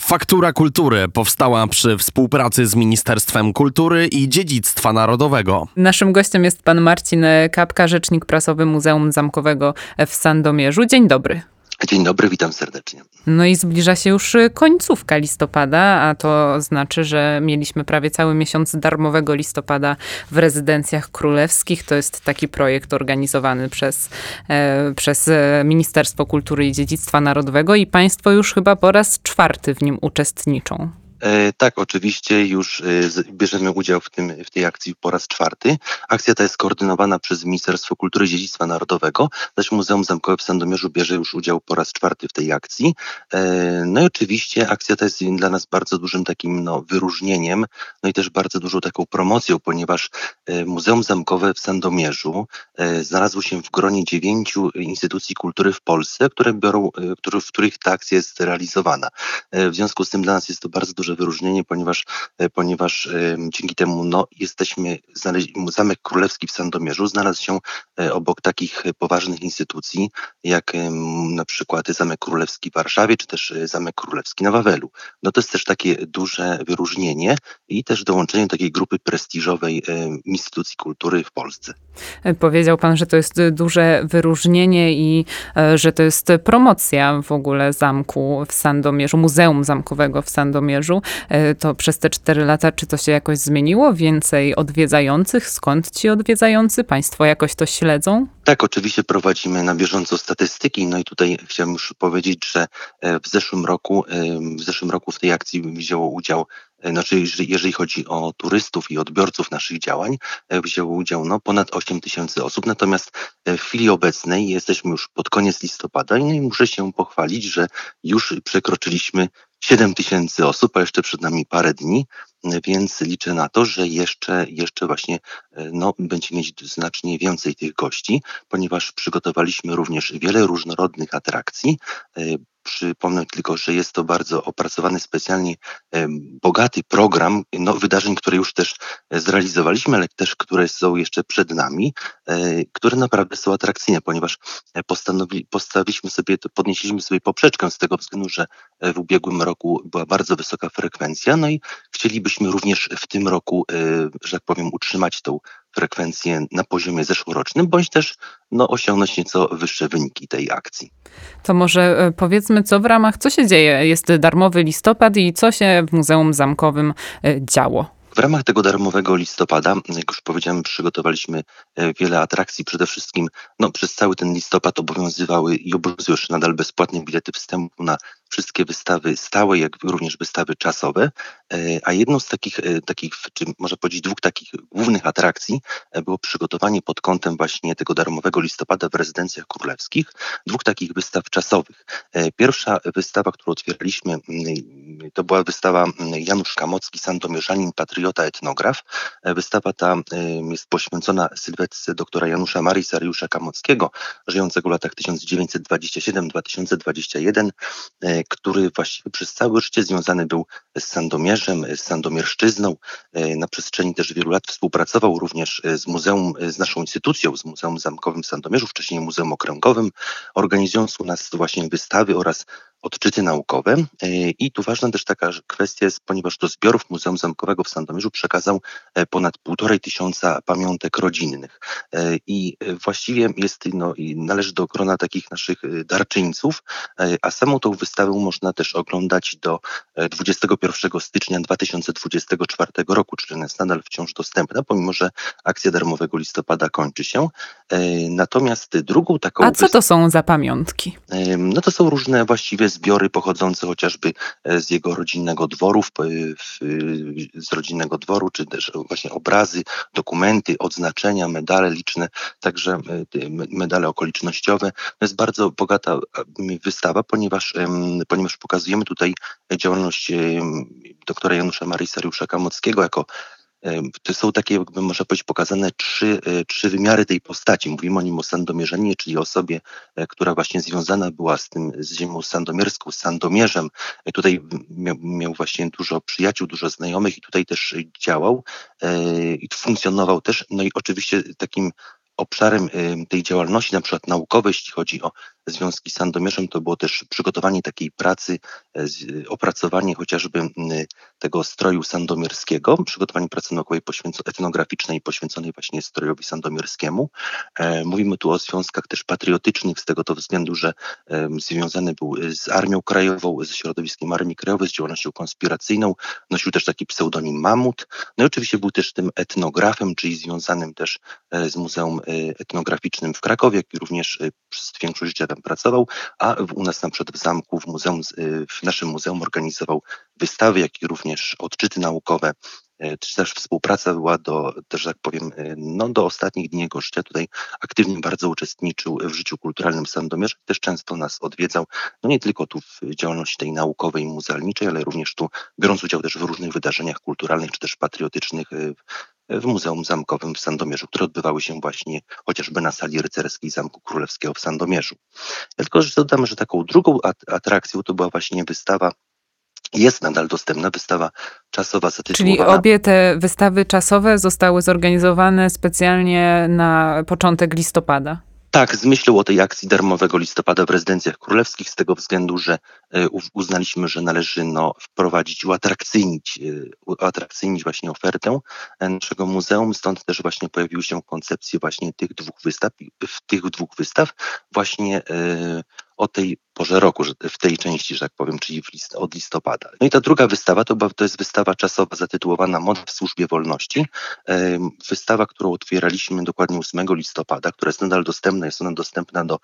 Faktura Kultury powstała przy współpracy z Ministerstwem Kultury i Dziedzictwa Narodowego. Naszym gościem jest pan Marcin Kapka, rzecznik prasowy Muzeum Zamkowego w Sandomierzu. Dzień dobry. Dzień dobry, witam serdecznie. No i zbliża się już końcówka listopada, a to znaczy, że mieliśmy prawie cały miesiąc darmowego listopada w rezydencjach królewskich. To jest taki projekt organizowany przez Ministerstwo Kultury i Dziedzictwa Narodowego i państwo już chyba po raz czwarty w nim uczestniczą. Tak, oczywiście już bierzemy udział w tej akcji po raz czwarty. Akcja ta jest koordynowana przez Ministerstwo Kultury i Dziedzictwa Narodowego, zaś Muzeum Zamkowe w Sandomierzu bierze już udział po raz czwarty w tej akcji. No i oczywiście akcja ta jest dla nas bardzo dużym takim wyróżnieniem, no i też bardzo dużą taką promocją, ponieważ Muzeum Zamkowe w Sandomierzu znalazło się w gronie 9 instytucji kultury w Polsce, w których ta akcja jest realizowana. W związku z tym dla nas jest to bardzo duże wyróżnienie, ponieważ dzięki temu Zamek Królewski w Sandomierzu znalazł się obok takich poważnych instytucji, jak na przykład Zamek Królewski w Warszawie, czy też Zamek Królewski na Wawelu. No to jest też takie duże wyróżnienie i też dołączenie takiej grupy prestiżowej instytucji kultury w Polsce. Powiedział pan, że to jest duże wyróżnienie i że to jest promocja w ogóle zamku w Sandomierzu, Muzeum Zamkowego w Sandomierzu. To przez te 4 lata, czy to się jakoś zmieniło? Więcej odwiedzających? Skąd ci odwiedzający? Państwo jakoś to śledzą? Tak, oczywiście prowadzimy na bieżąco statystyki, no i tutaj chciałem już powiedzieć, że w zeszłym roku w tej akcji wzięło udział, znaczy jeżeli chodzi o turystów i odbiorców naszych działań, wzięło udział ponad 8 000 osób, natomiast w chwili obecnej jesteśmy już pod koniec listopada i muszę się pochwalić, że już przekroczyliśmy 7 000 osób, a jeszcze przed nami parę dni, więc liczę na to, że jeszcze właśnie będziemy mieć znacznie więcej tych gości, ponieważ przygotowaliśmy również wiele różnorodnych atrakcji. Przypomnę tylko, że jest to bardzo opracowany specjalnie bogaty program wydarzeń, które już też zrealizowaliśmy, ale też które są jeszcze przed nami, które naprawdę są atrakcyjne, ponieważ podnieśliśmy sobie poprzeczkę z tego względu, że w ubiegłym roku była bardzo wysoka frekwencja, no i chcielibyśmy również w tym roku, że tak powiem, utrzymać tą frekwencję na poziomie zeszłorocznym, bądź też osiągnąć nieco wyższe wyniki tej akcji. To może powiedzmy, co się dzieje? Jest darmowy listopad i co się w Muzeum Zamkowym działo? W ramach tego darmowego listopada, jak już powiedziałem, przygotowaliśmy wiele atrakcji. Przede wszystkim przez cały ten listopad obowiązywały i obowiązują jeszcze nadal bezpłatne bilety wstępu na wszystkie wystawy stałe, jak również wystawy czasowe. A jedną z takich, czy można powiedzieć 2 takich głównych atrakcji było przygotowanie pod kątem właśnie tego darmowego listopada w rezydencjach królewskich 2 takich wystaw czasowych. Pierwsza wystawa, którą otwieraliśmy, to była wystawa Janusz Kamocki, Sandomierzanin, patriota, etnograf. Wystawa ta jest poświęcona sylwetce doktora Janusza Marii-Sariusza Kamockiego, żyjącego w latach 1927-2021, który właściwie przez całe życie związany był z Sandomierzem, z sandomierszczyzną. Na przestrzeni też wielu lat współpracował również z naszą instytucją, z Muzeum Zamkowym w Sandomierzu, wcześniej Muzeum Okręgowym, organizując u nas właśnie wystawy oraz odczyty naukowe. I tu ważna też taka kwestia jest, ponieważ do zbiorów Muzeum Zamkowego w Sandomierzu przekazał ponad 1500 pamiątek rodzinnych. I właściwie i należy do grona takich naszych darczyńców, a samą tą wystawę można też oglądać do 21 stycznia 2024 roku, czyli jest nadal wciąż dostępna, pomimo że akcja darmowego listopada kończy się. Natomiast drugą taką... A co to są za pamiątki? To są różne właściwie zbiory pochodzące chociażby z jego rodzinnego dworu, czy też właśnie obrazy, dokumenty, odznaczenia, medale liczne, także medale okolicznościowe. To jest bardzo bogata wystawa, ponieważ pokazujemy tutaj działalność doktora Janusza Marii-Sariusza Kamockiego to są takie, jakby można powiedzieć, pokazane trzy wymiary tej postaci. Mówimy o nim o Sandomierzaninie, czyli osobie, która właśnie związana była z ziemią sandomierską, z Sandomierzem. Tutaj miał właśnie dużo przyjaciół, dużo znajomych i tutaj też działał i funkcjonował też. No i oczywiście takim obszarem tej działalności, na przykład naukowej, jeśli chodzi o związki z Sandomierzem, to było też przygotowanie takiej pracy, opracowanie chociażby tego stroju sandomierskiego, przygotowanie pracy naukowej etnograficznej poświęconej właśnie strojowi sandomierskiemu. Mówimy tu o związkach też patriotycznych z tego to względu, że związany był z Armią Krajową, ze środowiskiem Armii Krajowej, z działalnością konspiracyjną. Nosił też taki pseudonim Mamut. No i oczywiście był też tym etnografem, czyli związanym też z Muzeum Etnograficznym w Krakowie, jak i również przez większość życia tam pracował, a u nas na przykład w zamku, w naszym muzeum organizował wystawy, jak i również odczyty naukowe. Czy też współpraca była też tak powiem, do ostatnich dni jego życia. Tutaj aktywnie bardzo uczestniczył w życiu kulturalnym Sandomierza, też często nas odwiedzał, no nie tylko tu w działalności tej naukowej i muzealniczej, ale również tu biorąc udział też w różnych wydarzeniach kulturalnych czy też patriotycznych w Muzeum Zamkowym w Sandomierzu, które odbywały się właśnie chociażby na sali rycerskiej Zamku Królewskiego w Sandomierzu. Ja tylko że dodam, że taką drugą atrakcją to była właśnie wystawa, jest nadal dostępna, wystawa czasowa Czyli zatytułowana... obie te wystawy czasowe zostały zorganizowane specjalnie na początek listopada. Tak, z myślą o tej akcji darmowego listopada w rezydencjach królewskich, z tego względu, że uznaliśmy, że należy wprowadzić, uatrakcyjnić właśnie ofertę naszego muzeum, stąd też właśnie pojawiły się koncepcje właśnie tych dwóch wystaw właśnie o tej porze roku, w tej części, że tak powiem, czyli od listopada. No i ta druga wystawa to jest wystawa czasowa zatytułowana Moda w służbie wolności. Wystawa, którą otwieraliśmy dokładnie 8 listopada, która jest nadal dostępna, jest ona dostępna do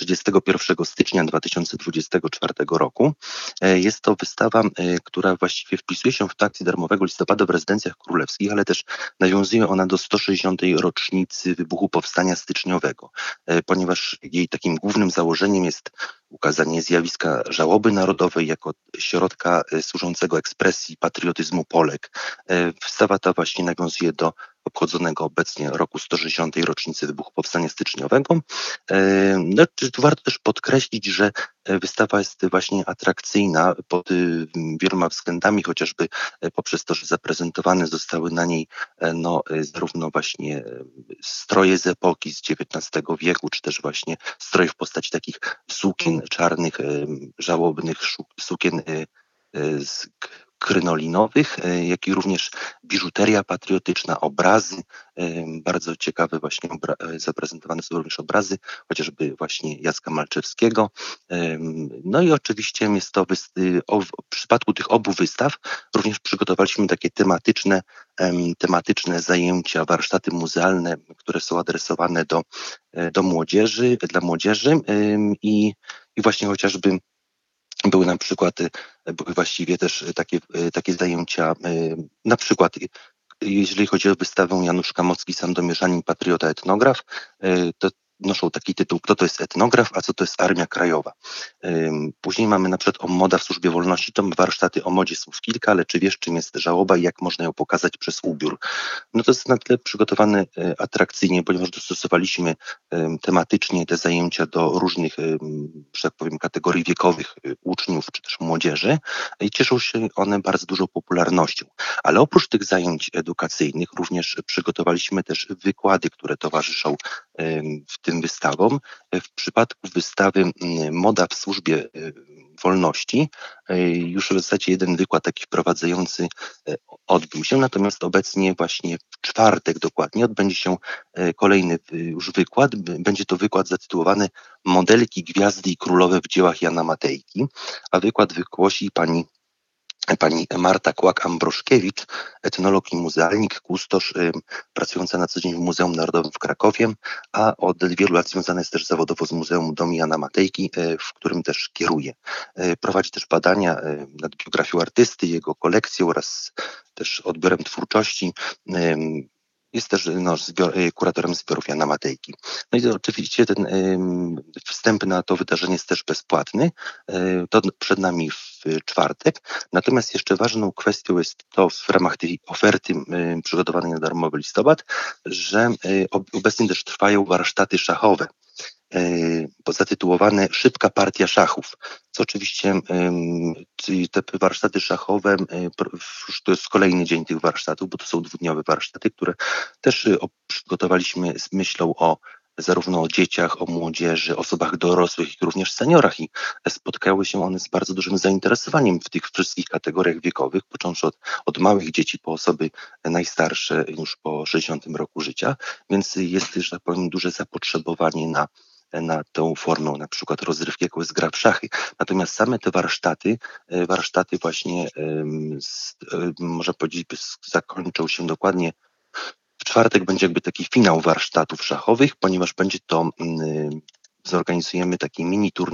31 stycznia 2024 roku. Jest to wystawa, która właściwie wpisuje się w akcję darmowego listopada w rezydencjach królewskich, ale też nawiązuje ona do 160. rocznicy wybuchu Powstania Styczniowego, ponieważ jej takim głównym założeniem jest ukazanie zjawiska żałoby narodowej jako środka służącego ekspresji patriotyzmu Polek. Wystawa ta właśnie nawiązuje do obchodzonego obecnie roku 160. rocznicy wybuchu Powstania Styczniowego. No, tu warto też podkreślić, że wystawa jest właśnie atrakcyjna pod wieloma względami, chociażby poprzez to, że zaprezentowane zostały na niej zarówno właśnie stroje z epoki z XIX wieku, czy też właśnie stroje w postaci takich sukien czarnych, żałobnych sukien krynolinowych, jak i również biżuteria patriotyczna, obrazy, bardzo ciekawe właśnie zaprezentowane są również obrazy, chociażby właśnie Jacka Malczewskiego. No i oczywiście jest to w przypadku tych obu wystaw również przygotowaliśmy takie tematyczne zajęcia, warsztaty muzealne, które są adresowane do młodzieży, dla młodzieży i właśnie chociażby były na przykład, były właściwie też takie zajęcia, na przykład jeżeli chodzi o wystawę Janusz Kamocki, Sandomierzanin, patriota, etnograf, to noszą taki tytuł, kto to jest etnograf, a co to jest Armia Krajowa. Później mamy na przykład o moda w służbie wolności, to warsztaty o modzie słów kilka, ale czy wiesz, czym jest żałoba i jak można ją pokazać przez ubiór? No to jest na tyle przygotowane atrakcyjnie, ponieważ dostosowaliśmy tematycznie te zajęcia do różnych, że tak powiem, kategorii wiekowych uczniów czy też młodzieży i cieszą się one bardzo dużą popularnością. Ale oprócz tych zajęć edukacyjnych również przygotowaliśmy też wykłady, które towarzyszą w tym wystawom. W przypadku wystawy Moda w służbie wolności już w zasadzie jeden wykład taki wprowadzający odbył się, natomiast obecnie właśnie w czwartek dokładnie odbędzie się kolejny już wykład. Będzie to wykład zatytułowany Modelki, gwiazdy i królowe w dziełach Jana Matejki, a wykład wygłosi pani Marta Kłak-Ambroszkiewicz, etnolog i muzealnik, kustosz, pracująca na co dzień w Muzeum Narodowym w Krakowie, a od wielu lat związana jest też zawodowo z Muzeum Dom Jana Matejki, w którym też kieruje. Prowadzi też badania nad biografią artysty, jego kolekcją oraz też odbiorem twórczości. Jest też kuratorem zbiorów Jana Matejki. No i oczywiście ten wstęp na to wydarzenie jest też bezpłatny. To przed nami w czwartek. Natomiast jeszcze ważną kwestią jest to w ramach tej oferty przygotowanej na darmowy listopad, że obecnie też trwają warsztaty szachowe, zatytułowane Szybka partia szachów. Co oczywiście te warsztaty szachowe, to jest kolejny dzień tych warsztatów, bo to są dwudniowe warsztaty, które też przygotowaliśmy z myślą o zarówno o dzieciach, o młodzieży, osobach dorosłych, jak również seniorach i spotkały się one z bardzo dużym zainteresowaniem w tych wszystkich kategoriach wiekowych, począwszy od małych dzieci po osoby najstarsze już po 60 roku życia, więc jest, że tak powiem, duże zapotrzebowanie na tą formę na przykład rozrywki, jaką jest gra w szachy. Natomiast same te warsztaty właśnie można powiedzieć zakończą się dokładnie w czwartek. Będzie jakby taki finał warsztatów szachowych, ponieważ będzie to, zorganizujemy taki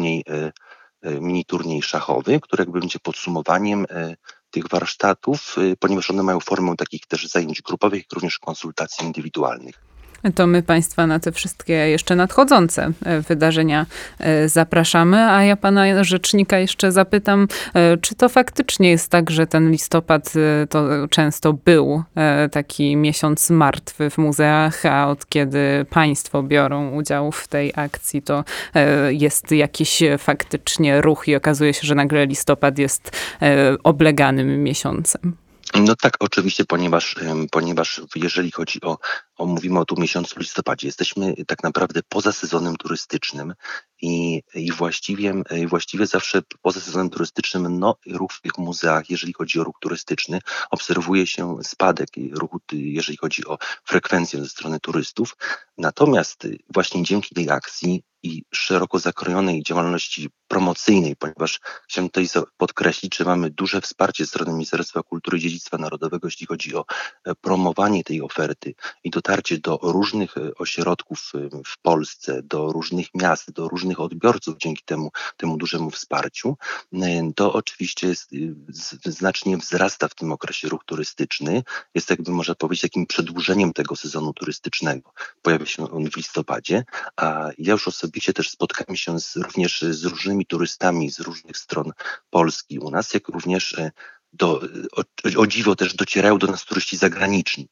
mini turniej szachowy, który jakby będzie podsumowaniem tych warsztatów, ponieważ one mają formę takich też zajęć grupowych, jak również konsultacji indywidualnych. To my Państwa na te wszystkie jeszcze nadchodzące wydarzenia zapraszamy, a ja pana rzecznika jeszcze zapytam, czy to faktycznie jest tak, że ten listopad to często był taki miesiąc martwy w muzeach, a od kiedy państwo biorą udział w tej akcji, to jest jakiś faktycznie ruch i okazuje się, że nagle listopad jest obleganym miesiącem. No tak, oczywiście, ponieważ jeżeli chodzi mówimy o tu miesiącu listopadzie, jesteśmy tak naprawdę poza sezonem turystycznym i właściwie zawsze poza sezonem turystycznym, ruch w tych muzeach, jeżeli chodzi o ruch turystyczny, obserwuje się spadek ruchu, jeżeli chodzi o frekwencję ze strony turystów. Natomiast właśnie dzięki tej akcji i szeroko zakrojonej działalności promocyjnej, ponieważ chciałem tutaj podkreślić, że mamy duże wsparcie ze strony Ministerstwa Kultury i Dziedzictwa Narodowego, jeśli chodzi o promowanie tej oferty i dotarcie do różnych ośrodków w Polsce, do różnych miast, do różnych odbiorców dzięki temu dużemu wsparciu, to oczywiście znacznie wzrasta w tym okresie ruch turystyczny. Jest jakby, można powiedzieć, takim przedłużeniem tego sezonu turystycznego. Pojawia się on w listopadzie, a ja już osobiście też spotkałem się również z różnymi turystami z różnych stron Polski u nas, jak również o dziwo też docierają do nas turyści zagraniczni.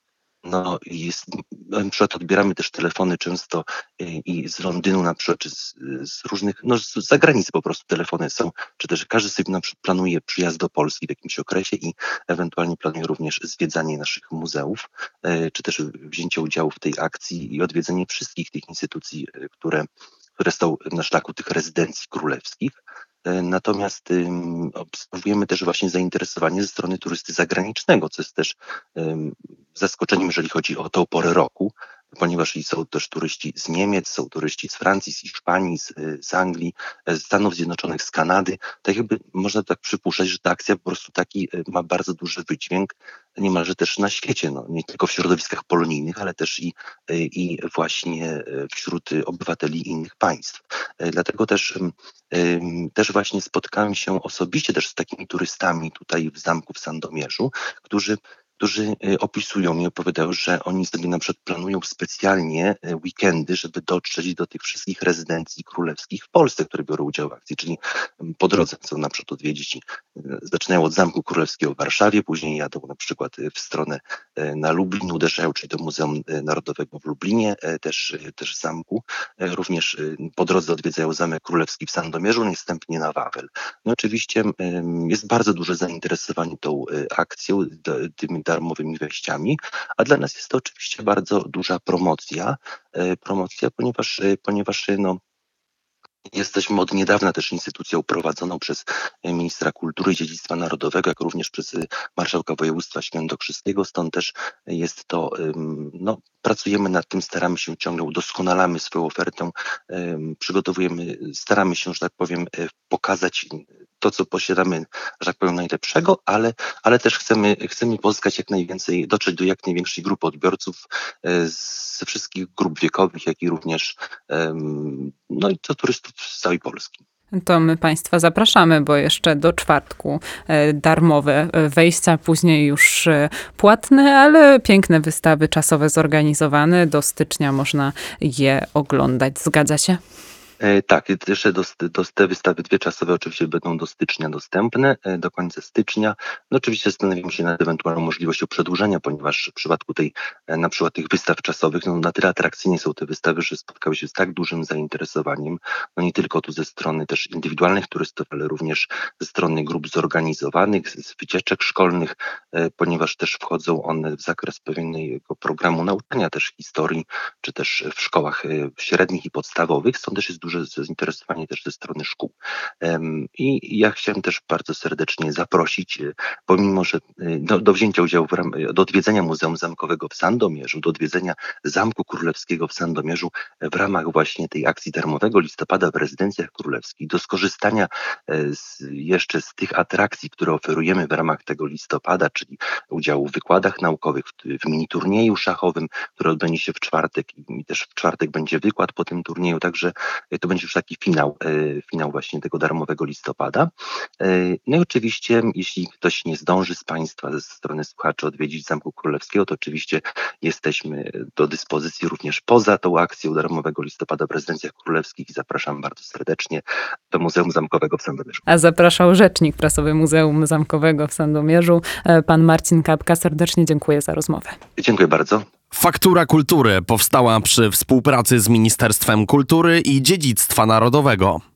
Na przykład odbieramy też telefony często i z Londynu na przykład, czy z różnych, z zagranicy po prostu telefony są, czy też każdy sobie na przykład planuje przyjazd do Polski w jakimś okresie i ewentualnie planuje również zwiedzanie naszych muzeów, czy też wzięcie udziału w tej akcji i odwiedzenie wszystkich tych instytucji, które są na szlaku tych rezydencji królewskich. Natomiast obserwujemy też właśnie zainteresowanie ze strony turysty zagranicznego, co jest też zaskoczeniem, jeżeli chodzi o tą porę roku, ponieważ są też turyści z Niemiec, są turyści z Francji, z Hiszpanii, z Anglii, z Stanów Zjednoczonych, z Kanady. Tak jakby można tak przypuszczać, że ta akcja po prostu taki ma bardzo duży wydźwięk niemalże też na świecie, nie tylko w środowiskach polonijnych, ale też i właśnie wśród obywateli innych państw. Dlatego też właśnie spotkałem się osobiście też z takimi turystami tutaj w zamku w Sandomierzu, którzy opisują i opowiadają, że oni sobie na przykład planują specjalnie weekendy, żeby dotrzeć do tych wszystkich rezydencji królewskich w Polsce, które biorą udział w akcji, czyli po drodze chcą na przykład odwiedzić, zaczynają od Zamku Królewskiego w Warszawie, później jadą na przykład w stronę na Lublin, uderzają, czyli do Muzeum Narodowego w Lublinie, też zamku, również po drodze odwiedzają Zamek Królewski w Sandomierzu, następnie na Wawel. Oczywiście jest bardzo duże zainteresowanie tą akcją, tymi darmowymi wejściami, a dla nas jest to oczywiście bardzo duża promocja, ponieważ jesteśmy od niedawna też instytucją prowadzoną przez ministra kultury i dziedzictwa narodowego, jak również przez marszałka województwa świętokrzyskiego, stąd też jest to, pracujemy nad tym, staramy się ciągle, udoskonalamy swoją ofertę, przygotowujemy, staramy się, że tak powiem, pokazać to, co posiadamy, że tak powiem, najlepszego, ale też chcemy pozyskać jak najwięcej, dotrzeć do jak największej grupy odbiorców ze wszystkich grup wiekowych, jak i również i to turystów z całej Polski. To my Państwa zapraszamy, bo jeszcze do czwartku darmowe wejścia, później już płatne, ale piękne wystawy czasowe zorganizowane. Do stycznia można je oglądać. Zgadza się? Tak, jeszcze te wystawy 2 czasowe oczywiście będą do stycznia dostępne, do końca stycznia. No oczywiście zastanowimy się nad ewentualną możliwością przedłużenia, ponieważ w przypadku na przykład tych wystaw czasowych, no na tyle atrakcyjnie są te wystawy, że spotkały się z tak dużym zainteresowaniem, no nie tylko tu ze strony też indywidualnych turystów, ale również ze strony grup zorganizowanych, z wycieczek szkolnych, ponieważ też wchodzą one w zakres pewnego programu nauczania też historii, czy też w szkołach średnich i podstawowych, stąd też jest duże zainteresowanie też ze strony szkół. I ja chciałem też bardzo serdecznie zaprosić, pomimo że do wzięcia udziału do odwiedzenia Muzeum Zamkowego w Sandomierzu, do odwiedzenia Zamku Królewskiego w Sandomierzu w ramach właśnie tej akcji darmowego listopada w rezydencjach królewskich, do skorzystania jeszcze z tych atrakcji, które oferujemy w ramach tego listopada, czyli udziału w wykładach naukowych, w mini turnieju szachowym, który odbędzie się w czwartek i też w czwartek będzie wykład po tym turnieju, także to będzie już taki finał właśnie tego darmowego listopada. No i oczywiście, jeśli ktoś nie zdąży z Państwa, ze strony słuchaczy odwiedzić Zamku Królewskiego, to oczywiście jesteśmy do dyspozycji również poza tą akcją darmowego listopada w rezydencjach królewskich i zapraszam bardzo serdecznie do Muzeum Zamkowego w Sandomierzu. A zapraszał rzecznik prasowy Muzeum Zamkowego w Sandomierzu, pan Marcin Kapka. Serdecznie dziękuję za rozmowę. Dziękuję bardzo. Faktura Kultury powstała przy współpracy z Ministerstwem Kultury i Dziedzictwa Narodowego.